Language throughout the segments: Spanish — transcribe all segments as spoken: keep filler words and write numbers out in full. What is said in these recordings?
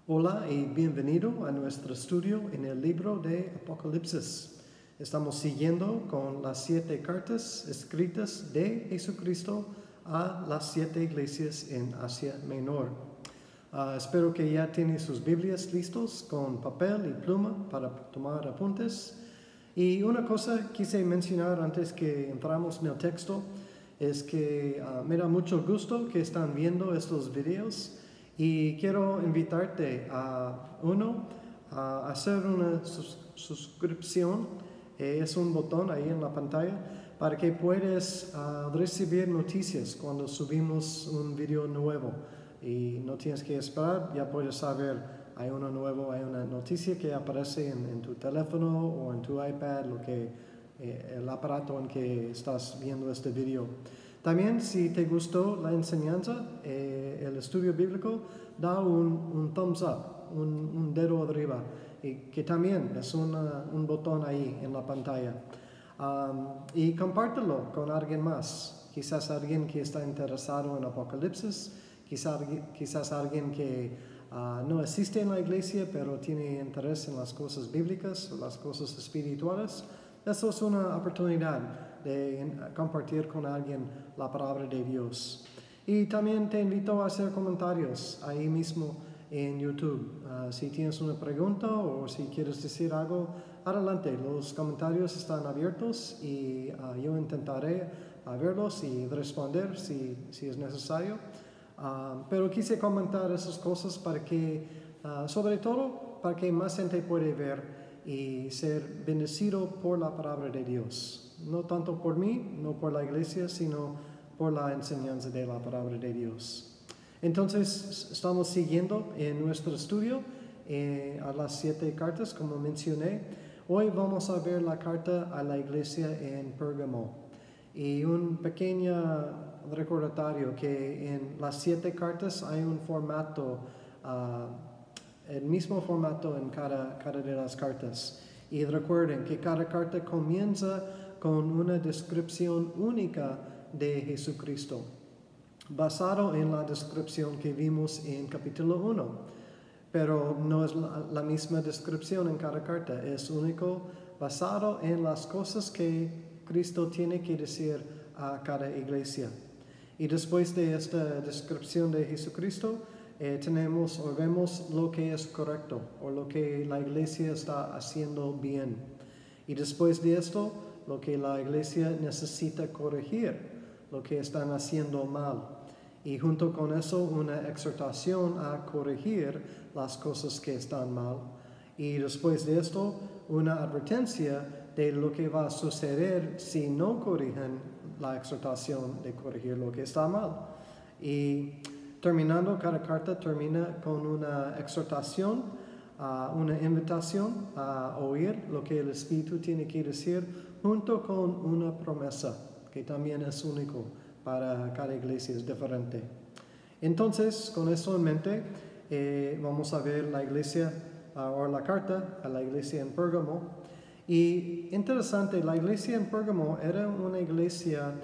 Hola y bienvenido a nuestro estudio en el libro de Apocalipsis. Estamos siguiendo con las siete cartas escritas de Jesucristo a las siete iglesias en Asia Menor. Uh, espero que ya tienen sus Biblias listos con papel y pluma para tomar apuntes. Y una cosa quise mencionar antes que entramos en el texto es que uh, me da mucho gusto que están viendo estos videos. Y quiero invitarte a, uno, a hacer una sus suscripción. Eh, es un botón ahí en la pantalla para que puedas uh, recibir noticias cuando subimos un video nuevo. Y no tienes que esperar, ya puedes saber, hay uno nuevo, hay una noticia que aparece en, en tu teléfono o en tu iPad, lo que, eh, el aparato en que estás viendo este video. También, si te gustó la enseñanza, eh, el estudio bíblico, da un, un thumbs up, un, un dedo arriba, y que también es una, un botón ahí en la pantalla. Um, y compártelo con alguien más, quizás alguien que está interesado en Apocalipsis, quizás, quizás alguien que uh, no existe en la iglesia, pero tiene interés en las cosas bíblicas o las cosas espirituales. Eso es una oportunidad de compartir con alguien la palabra de Dios. Y también te invito a hacer comentarios ahí mismo en YouTube. Uh, si tienes una pregunta o si quieres decir algo, adelante. Los comentarios están abiertos y uh, yo intentaré uh, verlos y responder si, si es necesario. Uh, pero quise comentar esas cosas para que, uh, sobre todo, para que más gente pueda ver y ser bendecido por la palabra de Dios. No tanto por mí, no por la iglesia, sino por la enseñanza de la palabra de Dios. Entonces, estamos siguiendo en nuestro estudio eh, a las siete cartas, como mencioné. Hoy vamos a ver la carta a la iglesia en Pérgamo. Y un pequeño recordatorio que en las siete cartas hay un formato, uh, el mismo formato en cada, cada de las cartas. Y recuerden que cada carta comienza con una descripción única de Jesucristo, basado en la descripción que vimos en capítulo uno. Pero no es la, la misma descripción en cada carta, es único, basado en las cosas que Cristo tiene que decir a cada iglesia. Y después de esta descripción de Jesucristo, eh, tenemos o vemos lo que es correcto o lo que la iglesia está haciendo bien. Y después de esto, lo que la iglesia necesita corregir, lo que están haciendo mal. Y junto con eso, una exhortación a corregir las cosas que están mal. Y después de esto, una advertencia de lo que va a suceder si no corrigen la exhortación de corregir lo que está mal. Y terminando, cada carta termina con una exhortación, uh, una invitación a oír lo que el Espíritu tiene que decir, junto con una promesa, que también es único para cada iglesia, es diferente. Entonces, con eso en mente, eh, vamos a ver la iglesia, uh, o la carta a la iglesia en Pérgamo. Y interesante, la iglesia en Pérgamo era una iglesia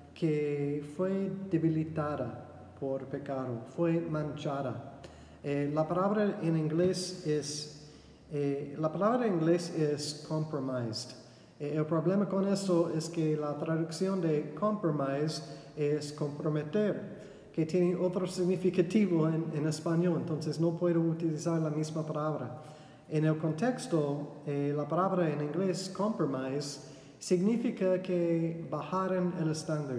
que fue debilitada por pecado, fue manchada. Eh, la palabra en inglés es, eh, la palabra en inglés es compromised. Eh, el problema con esto es que la traducción de compromise es comprometer, que tiene otro significativo en, en español, entonces no puedo utilizar la misma palabra. En el contexto, eh, la palabra en inglés compromise significa que bajaran el estándar,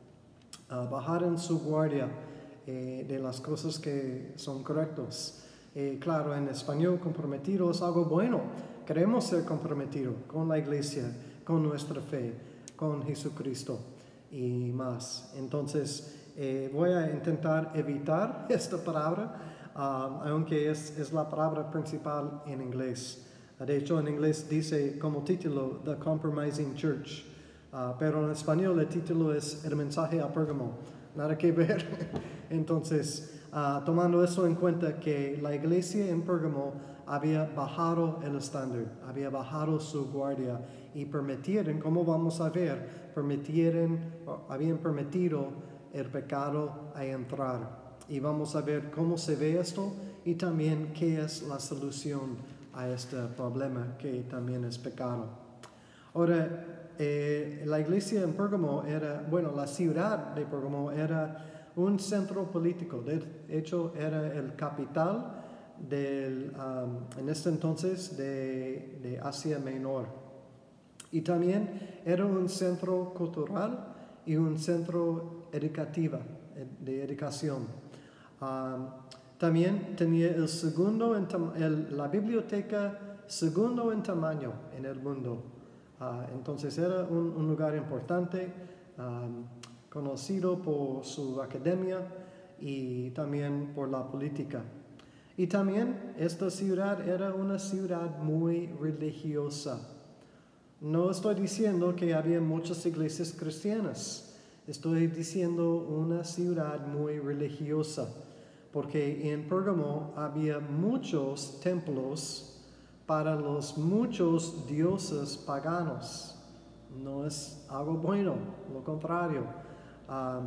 uh, bajaran su guardia eh, de las cosas que son correctas. Eh, claro, en español comprometido es algo bueno. Queremos ser comprometidos con la iglesia, con nuestra fe, con Jesucristo y más. Entonces, eh, voy a intentar evitar esta palabra, Um, aunque es, es la palabra principal en inglés. De hecho, en inglés dice como título The Compromising Church, uh, pero en español el título es El mensaje a Pérgamo. Nada que ver. Entonces, uh, tomando eso en cuenta, que la iglesia en Pérgamo había bajado el estándar, había bajado su guardia y permitieron, como vamos a ver, permitieron, habían permitido el pecado a entrar. Y vamos a ver cómo se ve esto y también qué es la solución a este problema que también es pecado. Ahora, eh, la iglesia en Pérgamo era, bueno, la ciudad de Pérgamo era un centro político, de hecho era el capital del, um, en este entonces de, de Asia Menor. Y también era un centro cultural y un centro educativo, de educación. Um, también tenía el segundo en el, la biblioteca segundo en tamaño en el mundo. Uh, entonces era un, un lugar importante, um, conocido por su academia y también por la política. Y también esta ciudad era una ciudad muy religiosa. No estoy diciendo que había muchas iglesias cristianas. Estoy diciendo una ciudad muy religiosa. Porque en Pérgamo había muchos templos para los muchos dioses paganos. No es algo bueno, lo contrario. Um,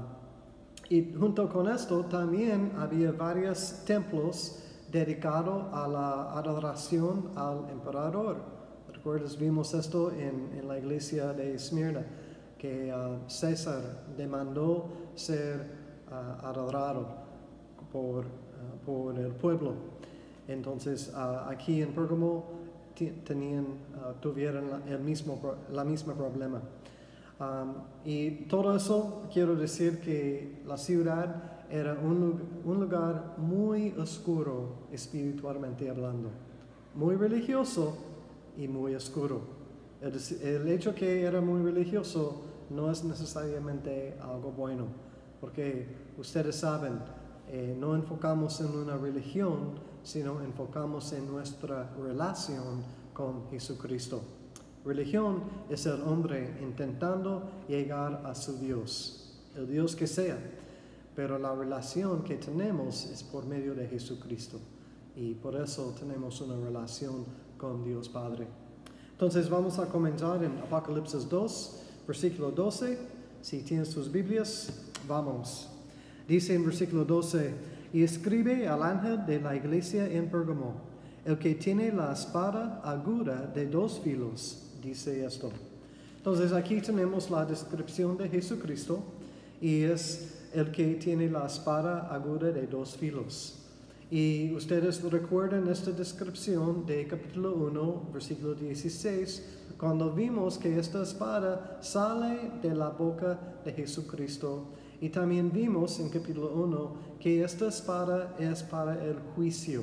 y junto con esto también había varios templos dedicado a la adoración al emperador. ¿Recuerdas? Vimos esto en, en la iglesia de Esmirna, que uh, César demandó ser uh, adorado por, uh, por el pueblo. Entonces, uh, aquí en Pérgamo tenían, uh, tuvieron la, el mismo, la misma problema. Um, y todo eso quiero decir que la ciudad era un, un lugar muy oscuro espiritualmente hablando, muy religioso y muy oscuro. El, el hecho que era muy religioso no es necesariamente algo bueno, porque ustedes saben, eh, no enfocamos en una religión, sino enfocamos en nuestra relación con Jesucristo. Religión es el hombre intentando llegar a su Dios, el Dios que sea. Pero la relación que tenemos es por medio de Jesucristo. Y por eso tenemos una relación con Dios Padre. Entonces vamos a comenzar en Apocalipsis dos, versículo doce. Si tienes tus Biblias, vamos. Dice en versículo doce, y escribe al ángel de la iglesia en Pérgamo, el que tiene la espada aguda de dos filos, dice esto. Entonces aquí tenemos la descripción de Jesucristo y es el que tiene la espada aguda de dos filos. Y ustedes recuerdan esta descripción de capítulo uno, versículo dieciséis, cuando vimos que esta espada sale de la boca de Jesucristo. Y también vimos en capítulo uno que esta espada es para el juicio.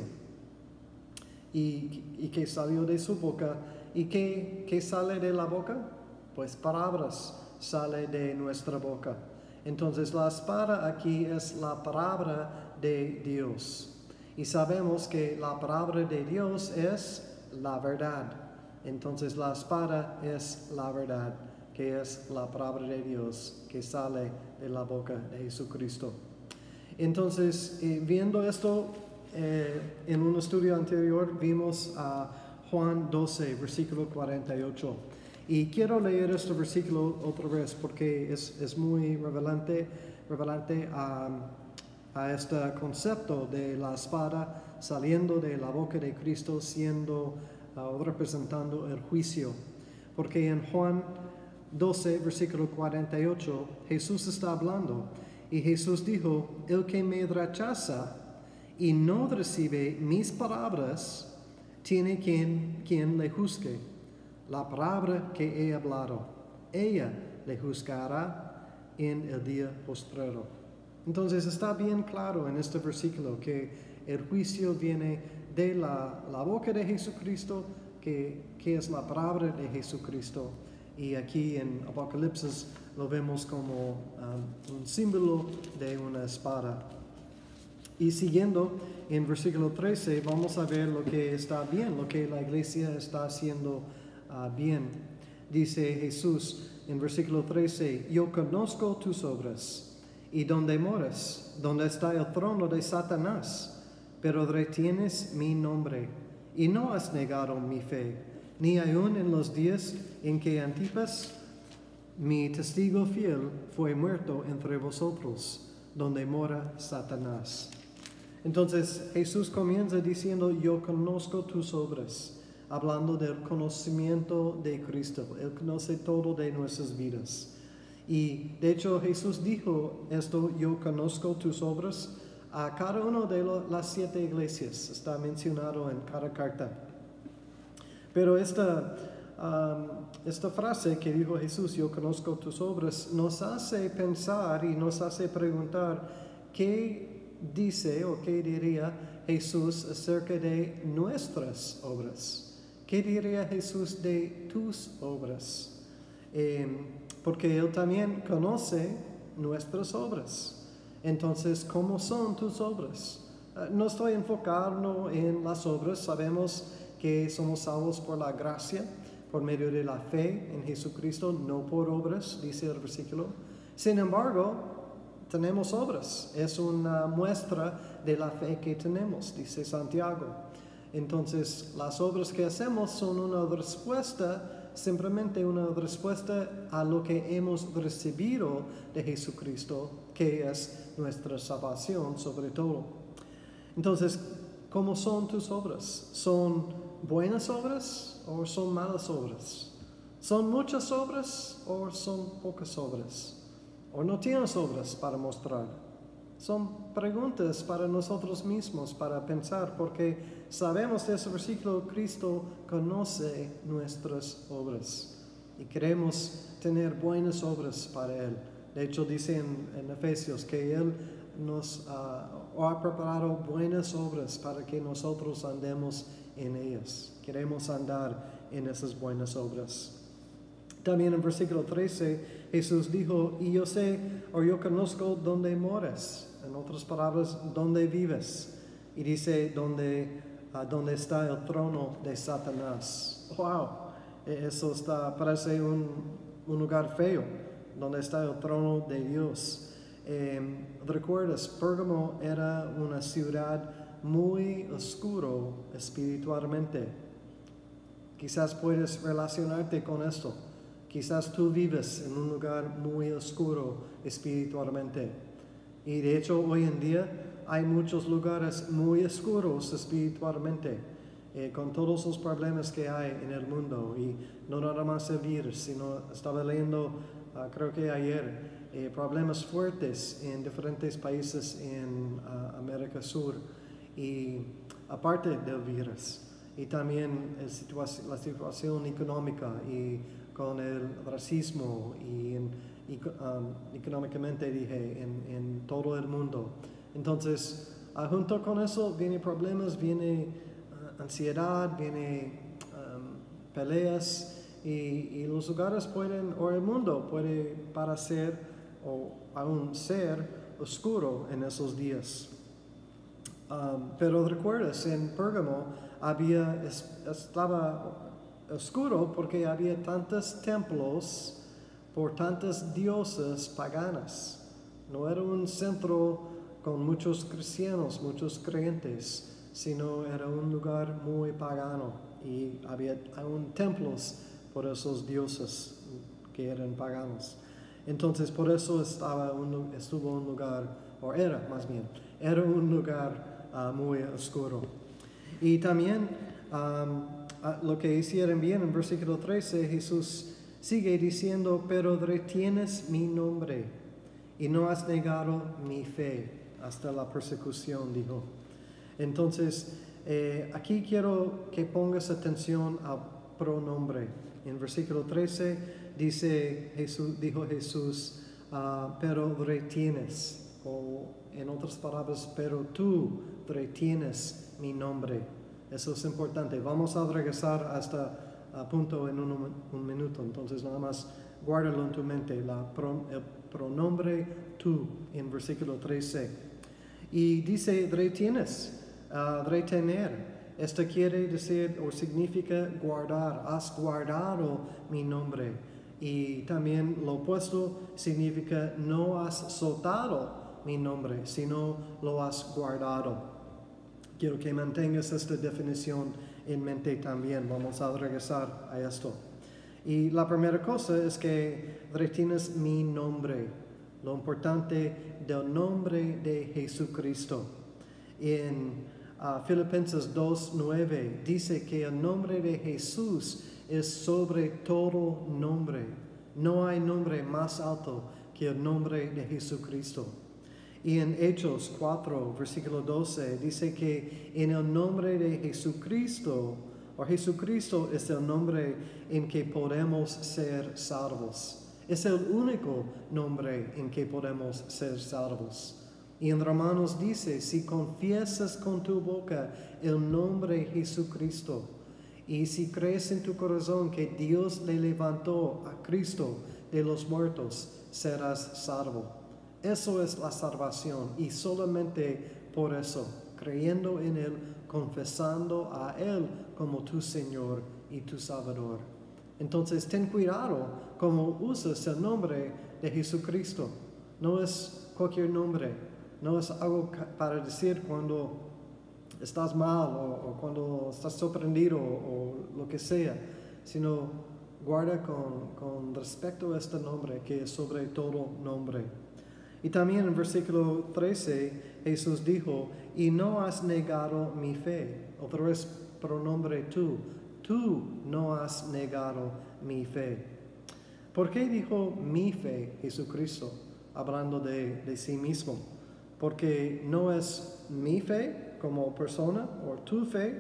Y, y que salió de su boca. ¿Y qué, qué sale de la boca? Pues palabras sale de nuestra boca. Entonces la espada aquí es la palabra de Dios. Y sabemos que la palabra de Dios es la verdad. Entonces la espada es la verdad, que es la palabra de Dios que sale de la boca de Jesucristo. Entonces, eh, viendo esto, eh, en un estudio anterior vimos a Juan doce, versículo cuarenta y ocho. Y quiero leer este versículo otra vez porque es, es muy revelante, revelante a, a este concepto de la espada saliendo de la boca de Cristo, siendo uh, representando el juicio. Porque en Juan doce, versículo cuarenta y ocho, Jesús está hablando y Jesús dijo, el que me rechaza y no recibe mis palabras, tiene quien, quien le juzgue. La palabra que he hablado, ella le juzgará en el día postrero. Entonces está bien claro en este versículo que el juicio viene de la, la boca de Jesucristo, que, que es la palabra de Jesucristo. Y aquí en Apocalipsis lo vemos como um, un símbolo de una espada. Y siguiendo en versículo trece vamos a ver lo que está bien, lo que la iglesia está haciendo uh, bien. Dice Jesús en versículo trece, yo conozco tus obras y donde moras, donde está el trono de Satanás, pero retienes mi nombre y no has negado mi fe, ni aun en los días en que Antipas, mi testigo fiel, fue muerto entre vosotros, donde mora Satanás. Entonces Jesús comienza diciendo, yo conozco tus obras, hablando del conocimiento de Cristo. Él conoce todo de nuestras vidas. Y de hecho Jesús dijo esto, yo conozco tus obras, a cada una de lo, las siete iglesias. Está mencionado en cada carta. Pero esta, um, esta frase que dijo Jesús, yo conozco tus obras, nos hace pensar y nos hace preguntar qué dice o qué diría Jesús acerca de nuestras obras. ¿Qué diría Jesús de tus obras? Eh, porque Él también conoce nuestras obras. Entonces, ¿cómo son tus obras? Uh, no estoy enfocando en las obras. Sabemos que somos salvos por la gracia, por medio de la fe en Jesucristo, no por obras, dice el versículo. Sin embargo, tenemos obras. Es una muestra de la fe que tenemos, dice Santiago. Entonces, las obras que hacemos son una respuesta, simplemente una respuesta a lo que hemos recibido de Jesucristo, que es nuestra salvación sobre todo. Entonces, ¿cómo son tus obras? ¿Son buenas obras o son malas obras? ¿Son muchas obras o son pocas obras? ¿O no tienes obras para mostrar? Son preguntas para nosotros mismos, para pensar, porque sabemos de ese versículo, Cristo conoce nuestras obras y queremos tener buenas obras para Él. De hecho, dice en, en Efesios que Él nos uh, ha preparado buenas obras para que nosotros andemos en ellas. Queremos andar en esas buenas obras. También en versículo trece, Jesús dijo, y yo sé, o yo conozco dónde moras. En otras palabras, dónde vives. Y dice, dónde, uh, dónde está el trono de Satanás. ¡Wow! Eso está, parece un, un lugar feo, donde está el trono de Dios. Eh, ¿Recuerdas? Pérgamo era una ciudad muy oscuro espiritualmente. Quizás puedes relacionarte con esto. Quizás tú vives en un lugar muy oscuro espiritualmente. Y de hecho hoy en día hay muchos lugares muy oscuros espiritualmente, eh, con todos los problemas que hay en el mundo. Y no nada más el virus, sino estaba leyendo, uh, creo que ayer, eh, problemas fuertes en diferentes países en uh, América Sur. Y aparte del virus, y también el situa- la situación económica y con el racismo y, en, y um, económicamente dije en, en todo el mundo. Entonces, uh, junto con eso vienen problemas, viene uh, ansiedad, viene um, peleas y, y los lugares pueden, o el mundo puede parecer o aún ser oscuro en esos días. Um, pero recuerdas, en Pérgamo había, es, estaba oscuro porque había tantos templos por tantas diosas paganas. No era un centro con muchos cristianos, muchos creyentes, sino era un lugar muy pagano y había aún templos por esos dioses que eran paganos. Entonces por eso estaba un, estuvo un lugar, o era más bien, era un lugar uh, muy oscuro. Y también um, uh, lo que hicieron bien en versículo trece, Jesús sigue diciendo, pero retienes mi nombre y no has negado mi fe hasta la persecución, dijo. Entonces, eh, aquí quiero que pongas atención al pronombre. En versículo trece dice Jesús, dijo Jesús, uh, pero retienes, o en otras palabras, pero tú retienes mi nombre. Eso es importante. Vamos a regresar hasta a punto en un, un minuto, entonces nada más guárdalo en tu mente, la pro, el pronombre tú en versículo trece. Y dice retienes, uh, retener. Esto quiere decir o significa guardar, has guardado mi nombre. Y también lo opuesto significa no has soltado mi nombre, sino lo has guardado. Quiero que mantengas esta definición en mente también. Vamos a regresar a esto. Y la primera cosa es que retienes mi nombre, lo importante del nombre de Jesucristo. En uh, Filipenses dos nueve dice que el nombre de Jesús es sobre todo nombre. No hay nombre más alto que el nombre de Jesucristo. Y en Hechos cuatro, versículo doce, dice que en el nombre de Jesucristo, o Jesucristo es el nombre en que podemos ser salvos. Es el único nombre en que podemos ser salvos. Y en Romanos dice, si confiesas con tu boca el nombre de Jesucristo, y si crees en tu corazón que Dios le levantó a Cristo de los muertos, serás salvo. Eso es la salvación, y solamente por eso, creyendo en Él, confesando a Él como tu Señor y tu Salvador. Entonces, ten cuidado cómo usas el nombre de Jesucristo. No es cualquier nombre, no es algo para decir cuando estás mal o, o cuando estás sorprendido o, o lo que sea, sino guarda con, con respecto a este nombre que es sobre todo nombre. Y también en versículo trece Jesús dijo, y no has negado mi fe. Otra vez pronombre tú. Tú no has negado mi fe. ¿Por qué dijo mi fe Jesucristo, hablando de, de sí mismo? Porque no es mi fe como persona o tu fe,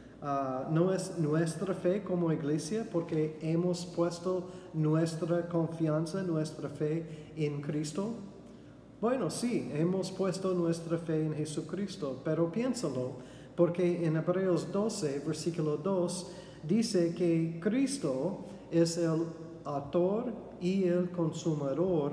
uh, no es nuestra fe como iglesia, porque hemos puesto nuestra confianza, nuestra fe en Cristo. Bueno, sí, hemos puesto nuestra fe en Jesucristo, pero piénsalo, porque en Hebreos doce, versículo dos, dice que Cristo es el autor y el consumador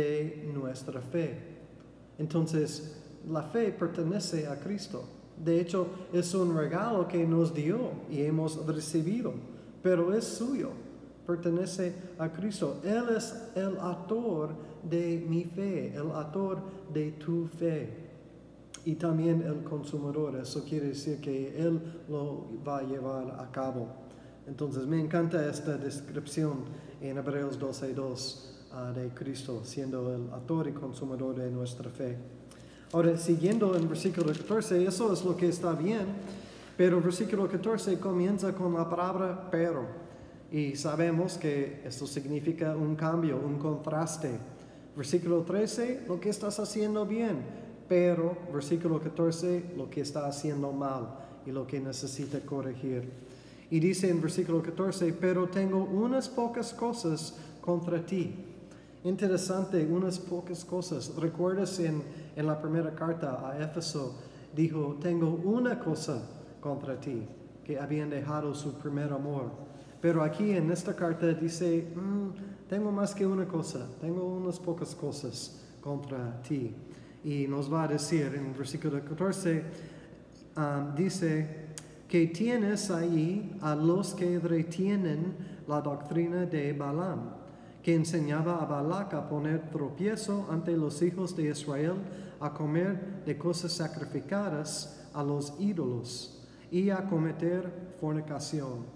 de nuestra fe. Entonces, la fe pertenece a Cristo. De hecho, es un regalo que nos dio y hemos recibido, pero es suyo. Pertenece a Cristo. Él es el autor de mi fe, el autor de tu fe. Y también el consumador. Eso quiere decir que Él lo va a llevar a cabo. Entonces me encanta esta descripción en Hebreos doce dos uh, de Cristo siendo el autor y consumador de nuestra fe. Ahora, siguiendo en versículo catorce, eso es lo que está bien, pero el versículo catorce comienza con la palabra pero. Y sabemos que esto significa un cambio, un contraste. Versículo trece, lo que estás haciendo bien, pero versículo catorce, lo que está haciendo mal y lo que necesita corregir. Y dice en versículo catorce, pero tengo unas pocas cosas contra ti. Interesante, unas pocas cosas. ¿Recuerdas en, en la primera carta a Éfeso? Dijo, tengo una cosa contra ti, que habían dejado su primer amor. Pero aquí en esta carta dice, mm, tengo más que una cosa, tengo unas pocas cosas contra ti. Y nos va a decir en el versículo catorce, um, dice que tienes ahí a los que retienen la doctrina de Balaam, que enseñaba a Balac a poner tropiezo ante los hijos de Israel, a comer de cosas sacrificadas a los ídolos y a cometer fornicación.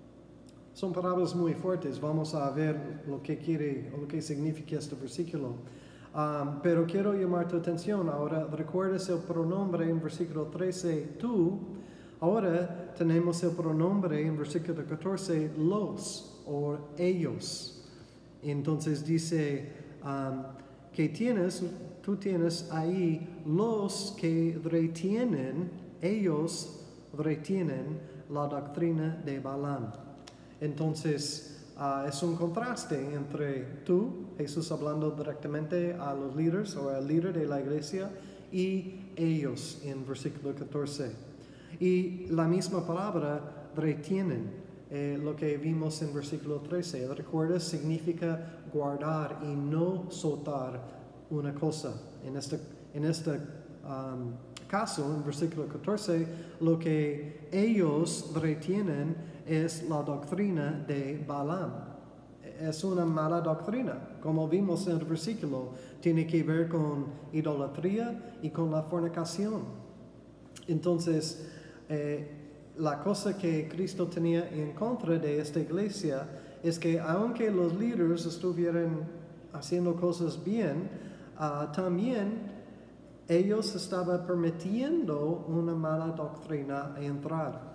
Son palabras muy fuertes, vamos a ver lo que quiere o lo que significa este versículo. Um, pero quiero llamar tu atención ahora, recuerdas el pronombre en versículo trece, tú. Ahora tenemos el pronombre en versículo catorce, los o ellos. Entonces dice um, que tienes, tú tienes ahí los que retienen, ellos retienen la doctrina de Balaam. Entonces, uh, es un contraste entre tú, Jesús hablando directamente a los líderes o al líder de la iglesia, y ellos en versículo catorce. Y la misma palabra retienen, eh, lo que vimos en versículo trece. Recuerda, significa guardar y no soltar una cosa. En este, en este um, caso, en versículo catorce, lo que ellos retienen es la doctrina de Balaam. Es una mala doctrina. Como vimos en el versículo, tiene que ver con idolatría y con la fornicación. Entonces, eh, la cosa que Cristo tenía en contra de esta iglesia es que aunque los líderes estuvieran haciendo cosas bien, uh, también ellos estaban permitiendo una mala doctrina entrar.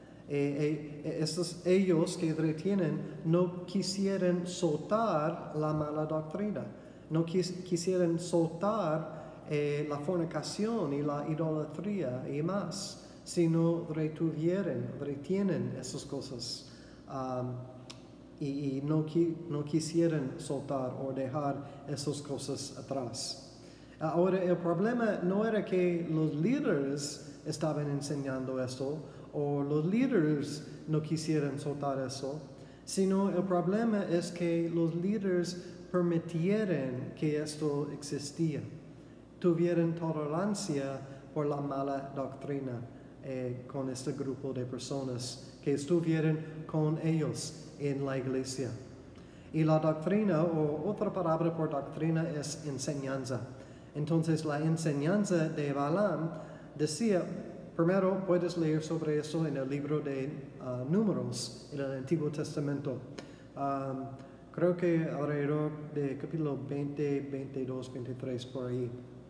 Eh, eh, estos, ellos que retienen no quisieran soltar la mala doctrina, no quis, quisieran soltar eh, la fornicación y la idolatría y más, sino retuvieran, retienen esas cosas um, y, y no, no quisieran soltar o dejar esas cosas atrás. Ahora, el problema no era que los líderes estaban enseñando esto o los líderes no quisieran soltar eso, sino el problema es que los líderes permitieran que esto existía, tuvieran tolerancia por la mala doctrina eh, con este grupo de personas que estuvieran con ellos en la iglesia. Y la doctrina, o otra palabra por doctrina, es enseñanza. Entonces la enseñanza de Balaam decía, primero puedes leer sobre eso en el libro de uh, Números, en el Antiguo Testamento. Um, creo que alrededor de capítulo veinte, veintidós, veintitrés, por ahí.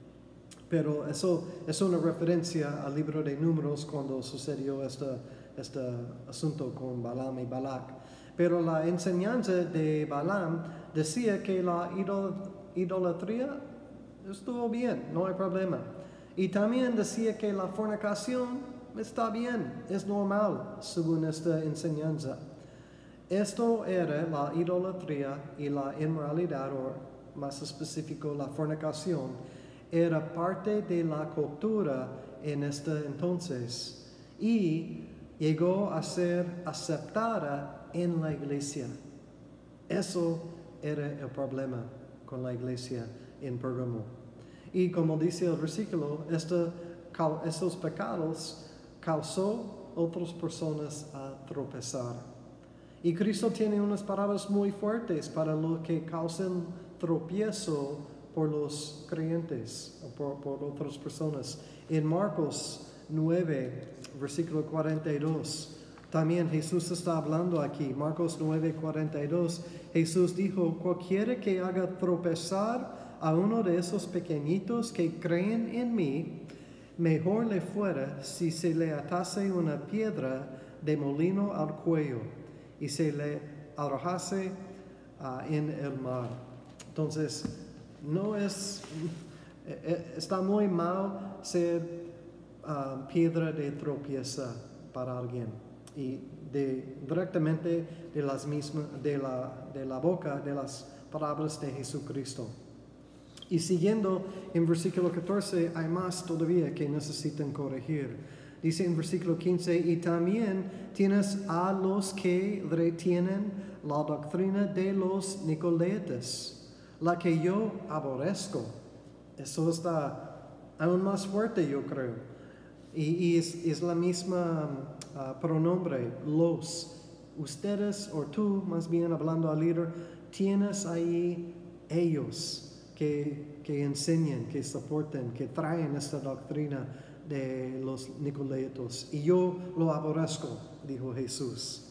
Pero eso es una referencia al libro de Números cuando sucedió este, este asunto con Balaam y Balac. Pero la enseñanza de Balaam decía que la idol, idolatría estuvo bien, no hay problema. Y también decía que la fornicación está bien, es normal, según esta enseñanza. Esto era la idolatría y la inmoralidad, o más específico, la fornicación, era parte de la cultura en este entonces y llegó a ser aceptada en la iglesia. Eso era el problema con la iglesia en Pérgamo. Y como dice el versículo, este, estos pecados causó otras personas a tropezar. Y Cristo tiene unas palabras muy fuertes para lo que causan tropiezo por los creyentes o por, por otras personas. En Marcos nueve, versículo cuarenta y dos, también Jesús está hablando aquí. Marcos nueve, cuarenta y dos, Jesús dijo, cualquiera que haga tropezar a uno de esos pequeñitos que creen en mí, mejor le fuera si se le atase una piedra de molino al cuello y se le arrojase uh, en el mar. Entonces, no es, está muy mal ser uh, piedra de tropieza para alguien y de, directamente de, las mismas, de, la, de la boca de las palabras de Jesucristo. Y siguiendo en versículo catorce, hay más todavía que necesitan corregir. Dice en versículo quince, y también tienes a los que retienen la doctrina de los nicolaitas, la que yo aborrezco. Eso está aún más fuerte, yo creo. Y, y es, es la misma uh, pronombre, los. Ustedes, o tú, más bien hablando al líder, tienes ahí ellos. Que, que enseñan, que soporten, que traen esta doctrina de los nicolaitos. Y yo lo aborrezco, dijo Jesús.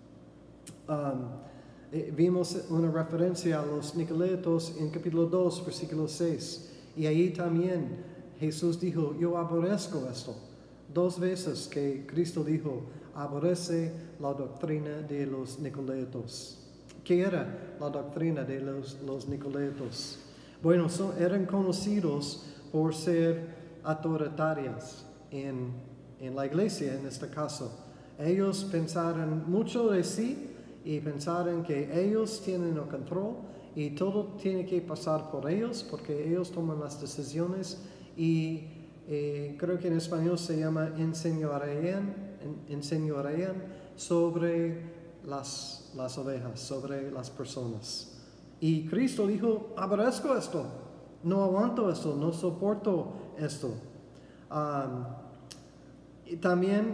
Um, eh, vimos una referencia a los nicolaitos en capítulo dos, versículo seis. Y ahí también Jesús dijo, yo aborrezco esto. Dos veces que Cristo dijo, aborrece la doctrina de los nicolaitos. ¿Qué era la doctrina de los, los nicolaitos? Bueno, son, eran conocidos por ser autoritarios en, en la iglesia, en este caso. Ellos pensaron mucho de sí y pensaron que ellos tienen el control y todo tiene que pasar por ellos porque ellos toman las decisiones y eh, creo que en español se llama enseñorean, enseñorean sobre las, las ovejas, sobre las personas. Y Cristo dijo, aborrezco esto, no aguanto esto, no soporto esto. Um, y también,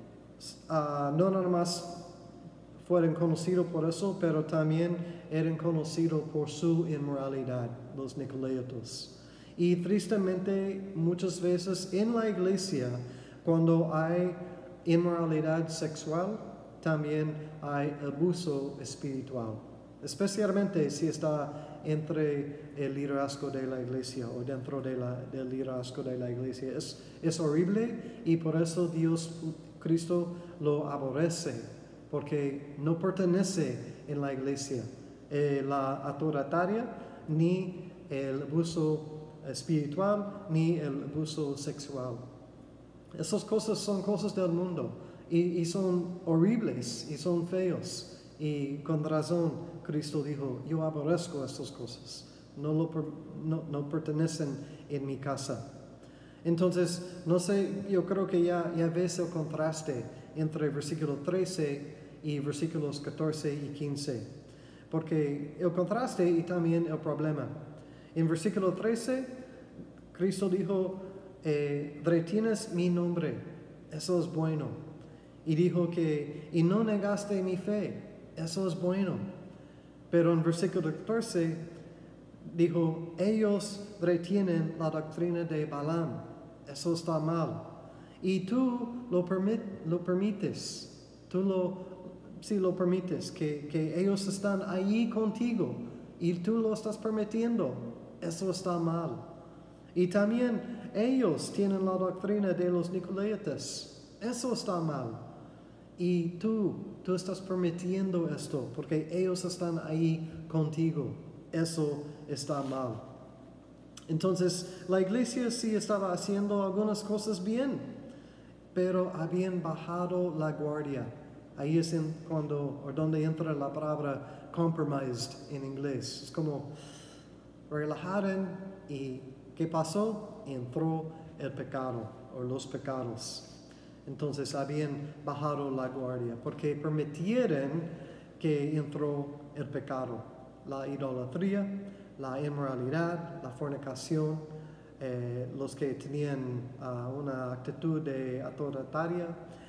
uh, no nada más fueron conocidos por eso, pero también eran conocidos por su inmoralidad, los nicolaitos. Y tristemente, muchas veces en la iglesia, cuando hay inmoralidad sexual, también hay abuso espiritual. Especialmente si está entre el liderazgo de la iglesia o dentro de la, del liderazgo de la iglesia. Es, es horrible y por eso Dios, Cristo, lo aborrece, porque no pertenece en la iglesia. Eh, la autoritaria, ni el abuso espiritual, ni el abuso sexual. Esas cosas son cosas del mundo y, y son horribles y son feos. Y con razón Cristo dijo, yo aborrezco estas cosas, no, lo, no, no pertenecen en mi casa. Entonces, no sé, yo creo que ya, ya ves el contraste entre versículo trece y versículos catorce y quince. Porque el contraste y también el problema. En versículo trece, Cristo dijo, eh, retienes mi nombre, eso es bueno. Y dijo que, y no negaste mi fe, eso es bueno. Pero en versículo catorce, dijo, ellos retienen la doctrina de Balaam, eso está mal. Y tú lo, permit, lo permites, tú lo, sí lo permites, que, que ellos están ahí contigo y tú lo estás permitiendo, eso está mal. Y también ellos tienen la doctrina de los nicolaitas, eso está mal. Y tú, tú estás permitiendo esto porque ellos están ahí contigo, eso está mal. Entonces, la iglesia sí estaba haciendo algunas cosas bien, pero habían bajado la guardia. Ahí es en cuando, o donde entra la palabra compromised en inglés. Es como relajaron y ¿qué pasó? Entró el pecado o los pecados. Entonces habían bajado la guardia porque permitieron que entró el pecado, la idolatría, la inmoralidad, la fornicación, eh, los que tenían uh, una actitud de autoritaria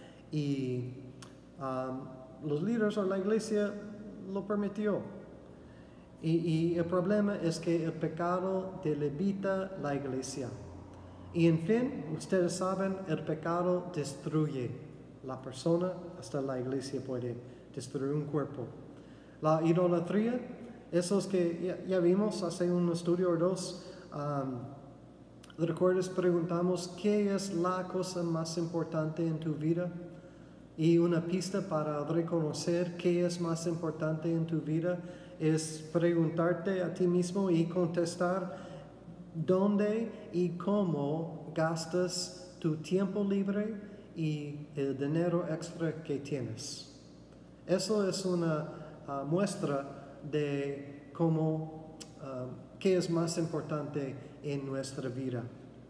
y um, los líderes o la iglesia lo permitió. Y, y el problema es que el pecado debilita la iglesia. Y en fin, ustedes saben, el pecado destruye la persona, hasta la iglesia puede destruir un cuerpo. La idolatría, esos que ya, ya vimos hace un estudio o dos, um, ¿recuerdas? Preguntamos, ¿qué es la cosa más importante en tu vida? Y una pista para reconocer qué es más importante en tu vida es preguntarte a ti mismo y contestar dónde y cómo gastas tu tiempo libre y el dinero extra que tienes. Eso es una uh, muestra de cómo, uh, qué es más importante en nuestra vida.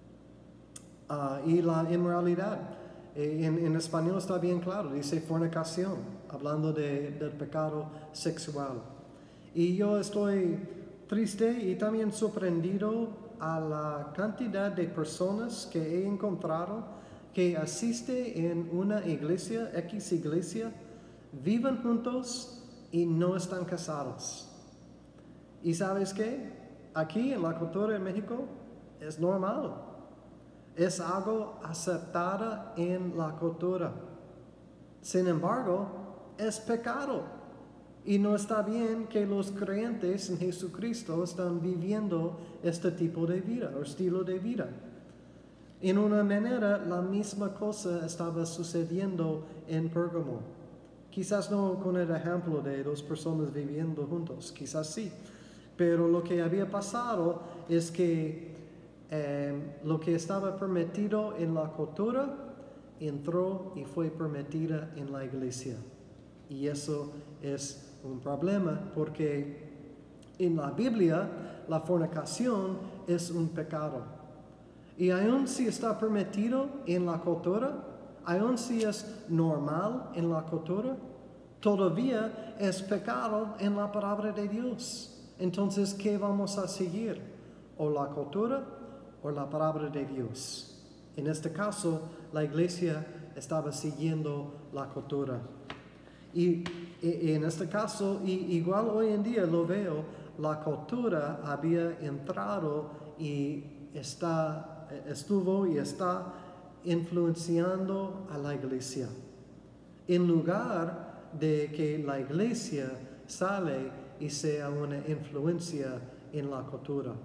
Uh, y la inmoralidad, eh, en, en español está bien claro, dice fornicación, hablando de, del pecado sexual. Y yo estoy triste y también sorprendido a la cantidad de personas que he encontrado que asisten en una iglesia, X iglesia, viven juntos y no están casados. ¿Y sabes qué? Aquí en la cultura de México es normal. Es algo aceptado en la cultura. Sin embargo, es pecado. Y no está bien que los creyentes en Jesucristo están viviendo este tipo de vida o estilo de vida. En una manera, la misma cosa estaba sucediendo en Pérgamo. Quizás no con el ejemplo de dos personas viviendo juntos, quizás sí. Pero lo que había pasado es que eh, lo que estaba permitido en la cultura entró y fue permitida en la iglesia. Y eso es un problema porque en la Biblia la fornicación es un pecado. Y aun si está permitido en la cultura, aun si es normal en la cultura, todavía es pecado en la palabra de Dios. Entonces, ¿qué vamos a seguir? ¿O la cultura o la palabra de Dios? En este caso, la iglesia estaba siguiendo la cultura. Y, y en este caso, y, igual hoy en día lo veo, la cultura había entrado y está, estuvo y está influenciando a la iglesia. En lugar de que la iglesia sale y sea una influencia en la cultura.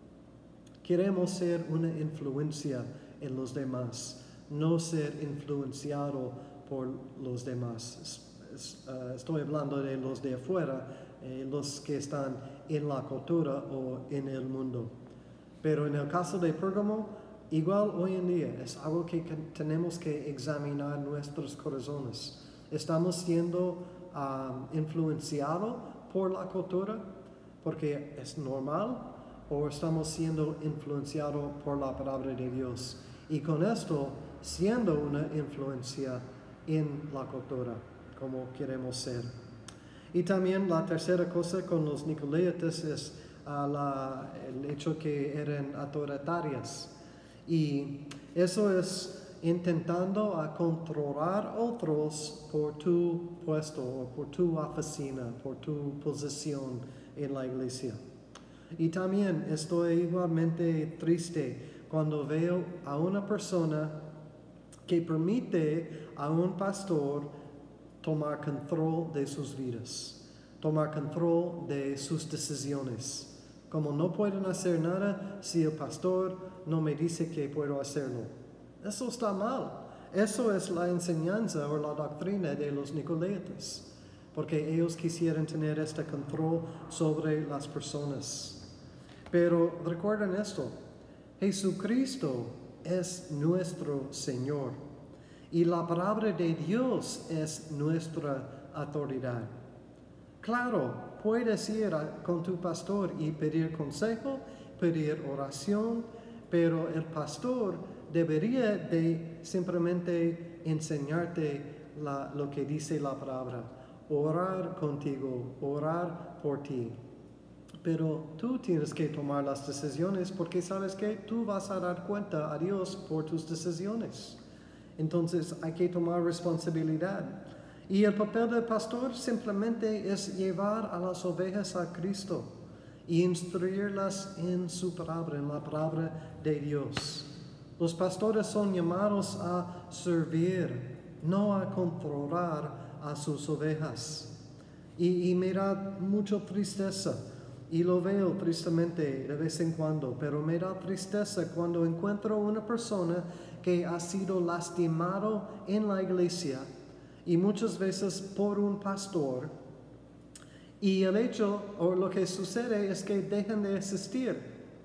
Queremos ser una influencia en los demás, no ser influenciado por los demás. Estoy hablando de los de afuera, eh, los que están en la cultura o en el mundo. Pero en el caso de Pérgamo, igual hoy en día es algo que tenemos que examinar nuestros corazones. ¿Estamos siendo um, influenciados por la cultura porque es normal? ¿O estamos siendo influenciados por la palabra de Dios? Y con esto, siendo una influencia en la cultura, como queremos ser. Y también la tercera cosa con los nicolaitas es uh, la, el hecho que eran autoritarias. Y eso es intentando a controlar otros por tu puesto o por tu oficina, por tu posición en la iglesia. Y también estoy igualmente triste cuando veo a una persona que permite a un pastor tomar control de sus vidas, tomar control de sus decisiones. Como no pueden hacer nada si el pastor no me dice que puedo hacerlo. Eso está mal. Eso es la enseñanza o la doctrina de los nicolaitas, porque ellos quisieran tener este control sobre las personas. Pero recuerden esto, Jesucristo es nuestro Señor y la palabra de Dios es nuestra autoridad. Claro, puedes ir a, con tu pastor y pedir consejo, pedir oración, pero el pastor debería de simplemente enseñarte la, lo que dice la palabra, orar contigo, orar por ti. Pero tú tienes que tomar las decisiones porque sabes que tú vas a dar cuenta a Dios por tus decisiones. Entonces hay que tomar responsabilidad. Y el papel del pastor simplemente es llevar a las ovejas a Cristo y instruirlas en su palabra, en la palabra de Dios. Los pastores son llamados a servir, no a controlar a sus ovejas. Y, y me da mucha tristeza. Y lo veo tristemente de vez en cuando, pero me da tristeza cuando encuentro una persona que ha sido lastimado en la iglesia y muchas veces por un pastor. Y el hecho o lo que sucede es que dejan de asistir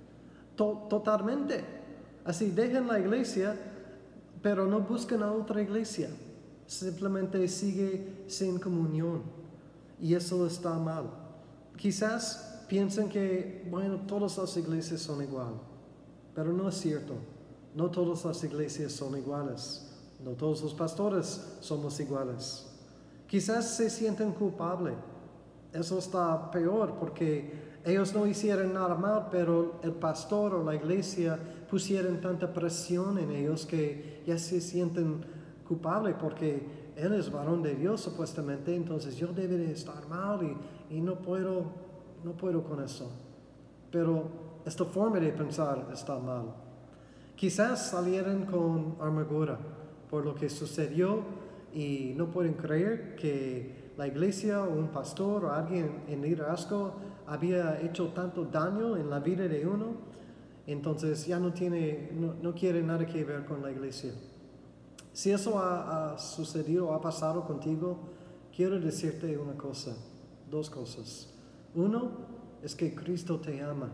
to- totalmente. Así dejan la iglesia, pero no buscan a otra iglesia. Simplemente sigue sin comunión. Y eso está mal. Quizás piensan que, bueno, todas las iglesias son igual, pero no es cierto. No todas las iglesias son iguales. No todos los pastores somos iguales. Quizás se sienten culpables. Eso está peor porque ellos no hicieron nada mal, pero el pastor o la iglesia pusieron tanta presión en ellos que ya se sienten culpables porque él es varón de Dios supuestamente, entonces yo debería estar mal y, y no puedo... No puedo con eso. Pero esta forma de pensar está mal. Quizás salieron con amargura por lo que sucedió y no pueden creer que la iglesia o un pastor o alguien en liderazgo había hecho tanto daño en la vida de uno. Entonces ya no tiene, no, no quiere nada que ver con la iglesia. Si eso ha, ha sucedido o ha pasado contigo, quiero decirte una cosa, dos cosas. Uno es que Cristo te ama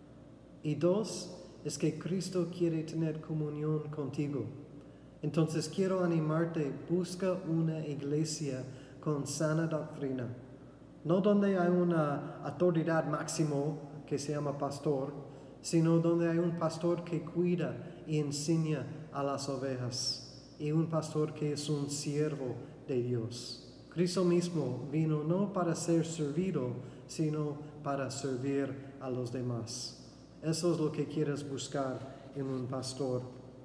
y dos es que Cristo quiere tener comunión contigo. Entonces quiero animarte, busca una iglesia con sana doctrina, no donde hay una autoridad máximo que se llama pastor, sino donde hay un pastor que cuida y enseña a las ovejas y un pastor que es un siervo de Dios. Cristo mismo vino no para ser servido, sino para servir a los demás. Eso es lo que quieres buscar en un pastor.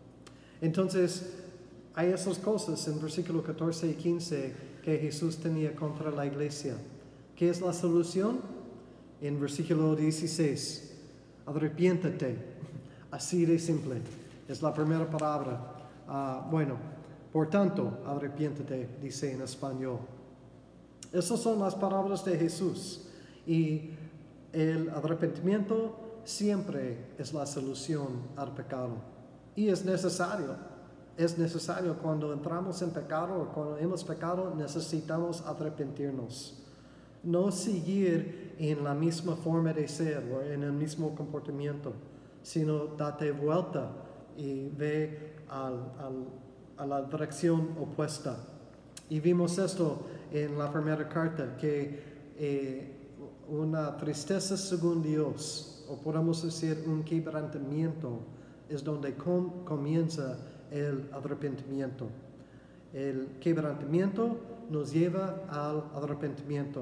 Entonces, hay esas cosas en versículo catorce y quince que Jesús tenía contra la iglesia. ¿Qué es la solución? En versículo dieciséis, arrepiéntate. Así de simple. Es la primera palabra. Uh, bueno, por tanto, arrepiéntate, dice en español. Esas son las palabras de Jesús. Y El arrepentimiento siempre es la solución al pecado. Y es necesario. Es necesario cuando entramos en pecado o cuando hemos pecado, necesitamos arrepentirnos. No seguir en la misma forma de ser o en el mismo comportamiento, sino date vuelta y ve al, al, a la dirección opuesta. Y vimos esto en la primera carta, que eh, una tristeza según Dios, o podemos decir un quebrantamiento, es donde com- comienza el arrepentimiento. El quebrantamiento nos lleva al arrepentimiento.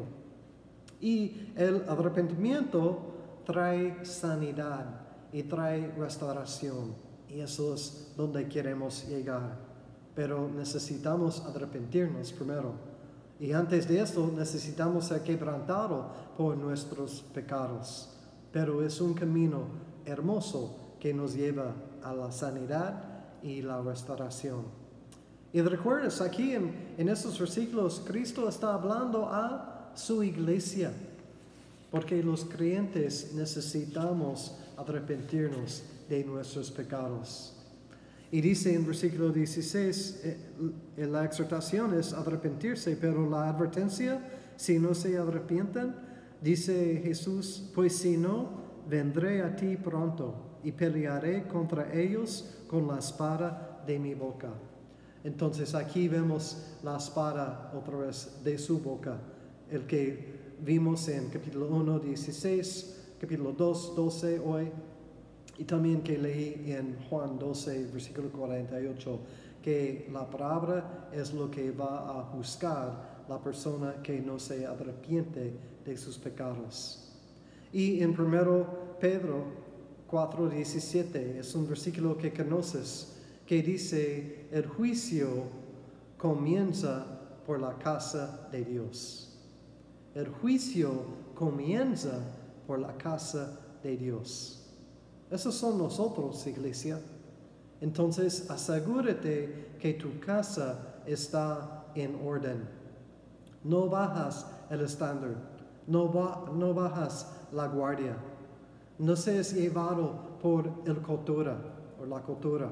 Y el arrepentimiento trae sanidad y trae restauración. Y eso es donde queremos llegar. Pero necesitamos arrepentirnos primero. Y antes de esto necesitamos ser quebrantados por nuestros pecados. Pero es un camino hermoso que nos lleva a la sanidad y la restauración. Y recuerdas, aquí en, en estos versículos, Cristo está hablando a su iglesia, porque los creyentes necesitamos arrepentirnos de nuestros pecados. Y dice en versículo dieciséis, eh, la exhortación es arrepentirse, pero la advertencia, si no se arrepienten, dice Jesús, pues si no, vendré a ti pronto y pelearé contra ellos con la espada de mi boca. Entonces aquí vemos la espada otra vez de su boca, el que vimos en capítulo uno, dieciséis, capítulo dos, doce hoy, y también que leí en Juan doce, versículo cuarenta y ocho, que la palabra es lo que va a juzgar la persona que no se arrepiente de sus pecados. Y en primero Pedro cuatro, diecisiete es un versículo que conoces, que dice, el juicio comienza por la casa de Dios. El juicio comienza por la casa de Dios. Esos son nosotros, iglesia. Entonces, asegúrate que tu casa está en orden. No bajas el estándar, no, ba- no bajas la guardia. No seas llevado por el cultura o la cultura,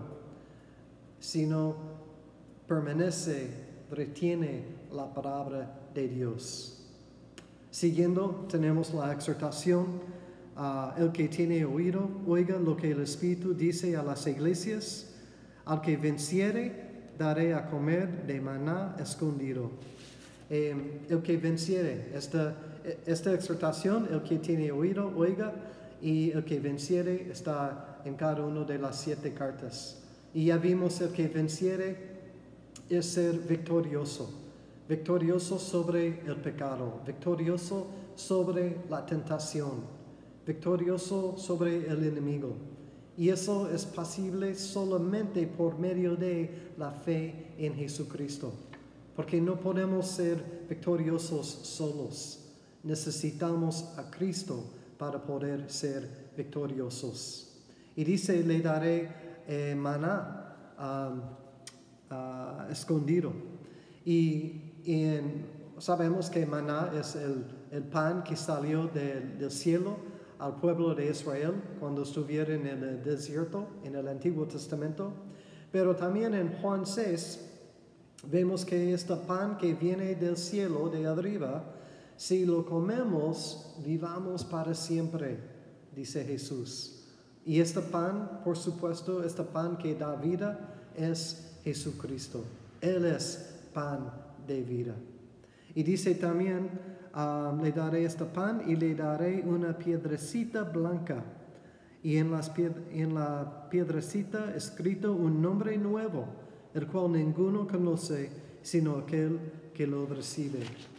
sino permanece, retiene la palabra de Dios. Siguiendo, tenemos la exhortación. Uh, el que tiene oído, oiga lo que el Espíritu dice a las iglesias. Al que venciere, daré a comer de maná escondido. Eh, el que venciere, esta, esta exhortación, el que tiene oído, oiga, y el que venciere está en cada una de las siete cartas. Y ya vimos el que venciere es ser victorioso, victorioso sobre el pecado, victorioso sobre la tentación, victorioso sobre el enemigo. Y eso es posible solamente por medio de la fe en Jesucristo. Porque no podemos ser victoriosos solos. Necesitamos a Cristo para poder ser victoriosos. Y dice, le daré eh, maná um, uh, escondido. Y en, sabemos que maná es el, el pan que salió de, del cielo al pueblo de Israel cuando estuvieron en el desierto, en el Antiguo Testamento. Pero también en Juan seis vemos que este pan que viene del cielo, de arriba, si lo comemos, vivamos para siempre, dice Jesús. Y este pan, por supuesto, este pan que da vida, es Jesucristo. Él es pan de vida. Y dice también, Um, le daré este pan y le daré una piedrecita blanca. Y en, las pied- en la piedrecita escrito un nombre nuevo, el cual ninguno conoce, sino aquel que lo recibe.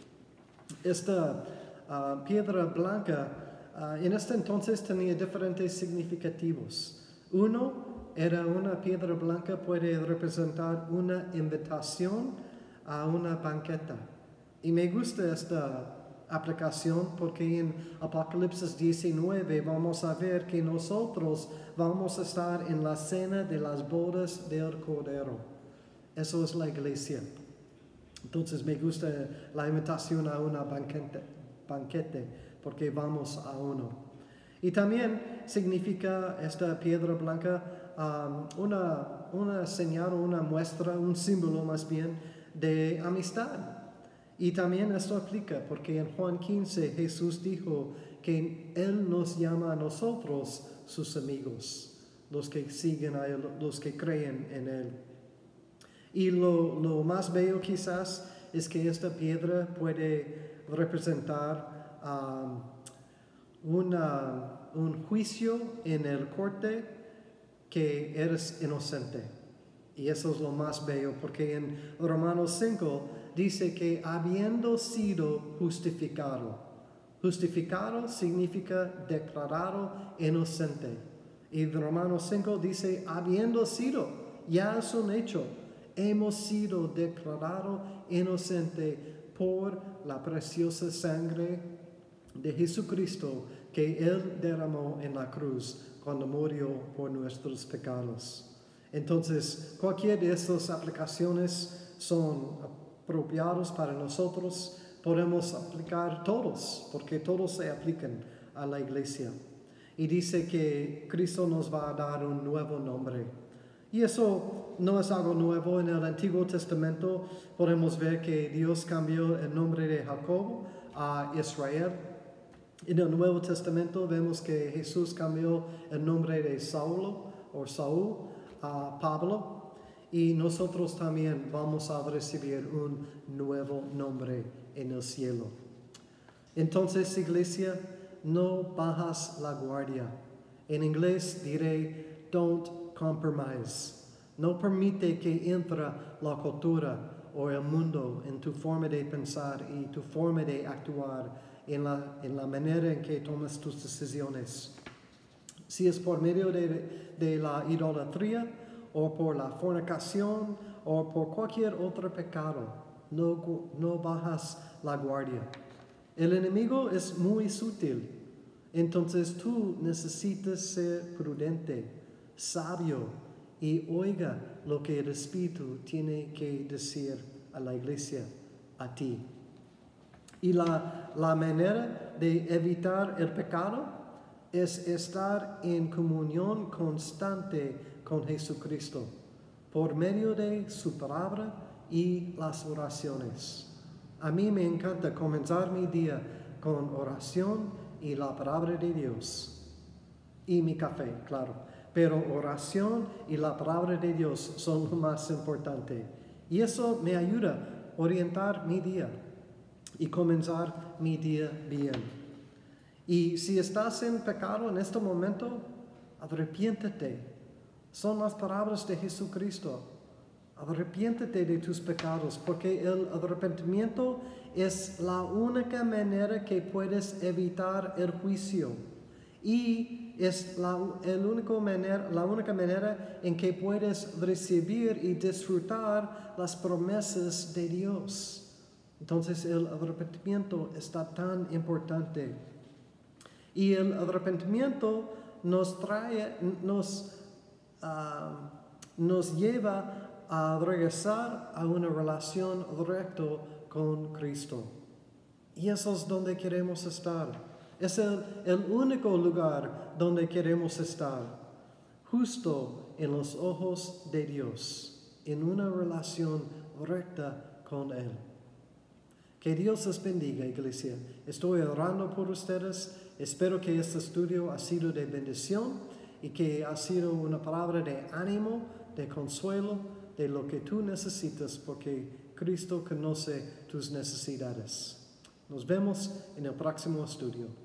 Esta uh, piedra blanca, uh, en este entonces tenía diferentes significativos. Uno, era una piedra blanca, puede representar una invitación a una banqueta. Y me gusta esta aplicación porque en Apocalipsis diecinueve vamos a ver que nosotros vamos a estar en la cena de las bodas del Cordero. Eso es la iglesia. Entonces me gusta la invitación a una banquete, banquete porque vamos a uno. Y también significa esta piedra blanca um, una, una señal, una muestra, un símbolo más bien de amistad. Y también esto aplica porque en Juan quince Jesús dijo que Él nos llama a nosotros sus amigos, los que siguen a Él, los que creen en Él. Y lo, lo más bello quizás es que esta piedra puede representar um, una, un juicio en el corte que eres inocente. Y eso es lo más bello, porque en Romanos cinco dice que habiendo sido justificado, justificado significa declarado inocente. Y en Romanos cinco dice, habiendo sido, ya es un hecho, hemos sido declarados inocente por la preciosa sangre de Jesucristo que Él derramó en la cruz cuando murió por nuestros pecados. Entonces, cualquier de estas aplicaciones son apropiados para nosotros. Podemos aplicar todos, porque todos se aplican a la iglesia. Y dice que Cristo nos va a dar un nuevo nombre. Y eso no es algo nuevo. En el Antiguo Testamento podemos ver que Dios cambió el nombre de Jacob a Israel. En el Nuevo Testamento vemos que Jesús cambió el nombre de Saulo o Saúl a Pablo. Y nosotros también vamos a recibir un nuevo nombre en el cielo. Entonces, iglesia, no bajas la guardia. En inglés diré, don't compromise. No permite que entre la cultura o el mundo en tu forma de pensar y tu forma de actuar, en la, en la manera en que tomas tus decisiones. Si es por medio de, de la idolatría o por la fornicación o por cualquier otro pecado, no, no bajas la guardia. El enemigo es muy sutil, entonces tú necesitas ser prudente, sabio y oiga lo que el Espíritu tiene que decir a la iglesia, a ti. Y la, la manera de evitar el pecado es estar en comunión constante con Jesucristo por medio de su palabra y las oraciones. A mí me encanta comenzar mi día con oración y la palabra de Dios. Y mi café, claro. Pero oración y la palabra de Dios son lo más importante. Y eso me ayuda a orientar mi día y comenzar mi día bien. Y si estás en pecado en este momento, arrepiéntete. Son las palabras de Jesucristo. Arrepiéntete de tus pecados, porque el arrepentimiento es la única manera que puedes evitar el juicio. Y es la, el único manera, la única manera en que puedes recibir y disfrutar las promesas de Dios. Entonces el arrepentimiento está tan importante. Y el arrepentimiento nos trae, nos, uh, nos lleva a regresar a una relación recta con Cristo. Y eso es donde queremos estar. Es el, el único lugar donde queremos estar. Justo en los ojos de Dios. En una relación recta con Él. Que Dios les bendiga, iglesia. Estoy orando por ustedes. Espero que este estudio ha sido de bendición y que ha sido una palabra de ánimo, de consuelo, de lo que tú necesitas, porque Cristo conoce tus necesidades. Nos vemos en el próximo estudio.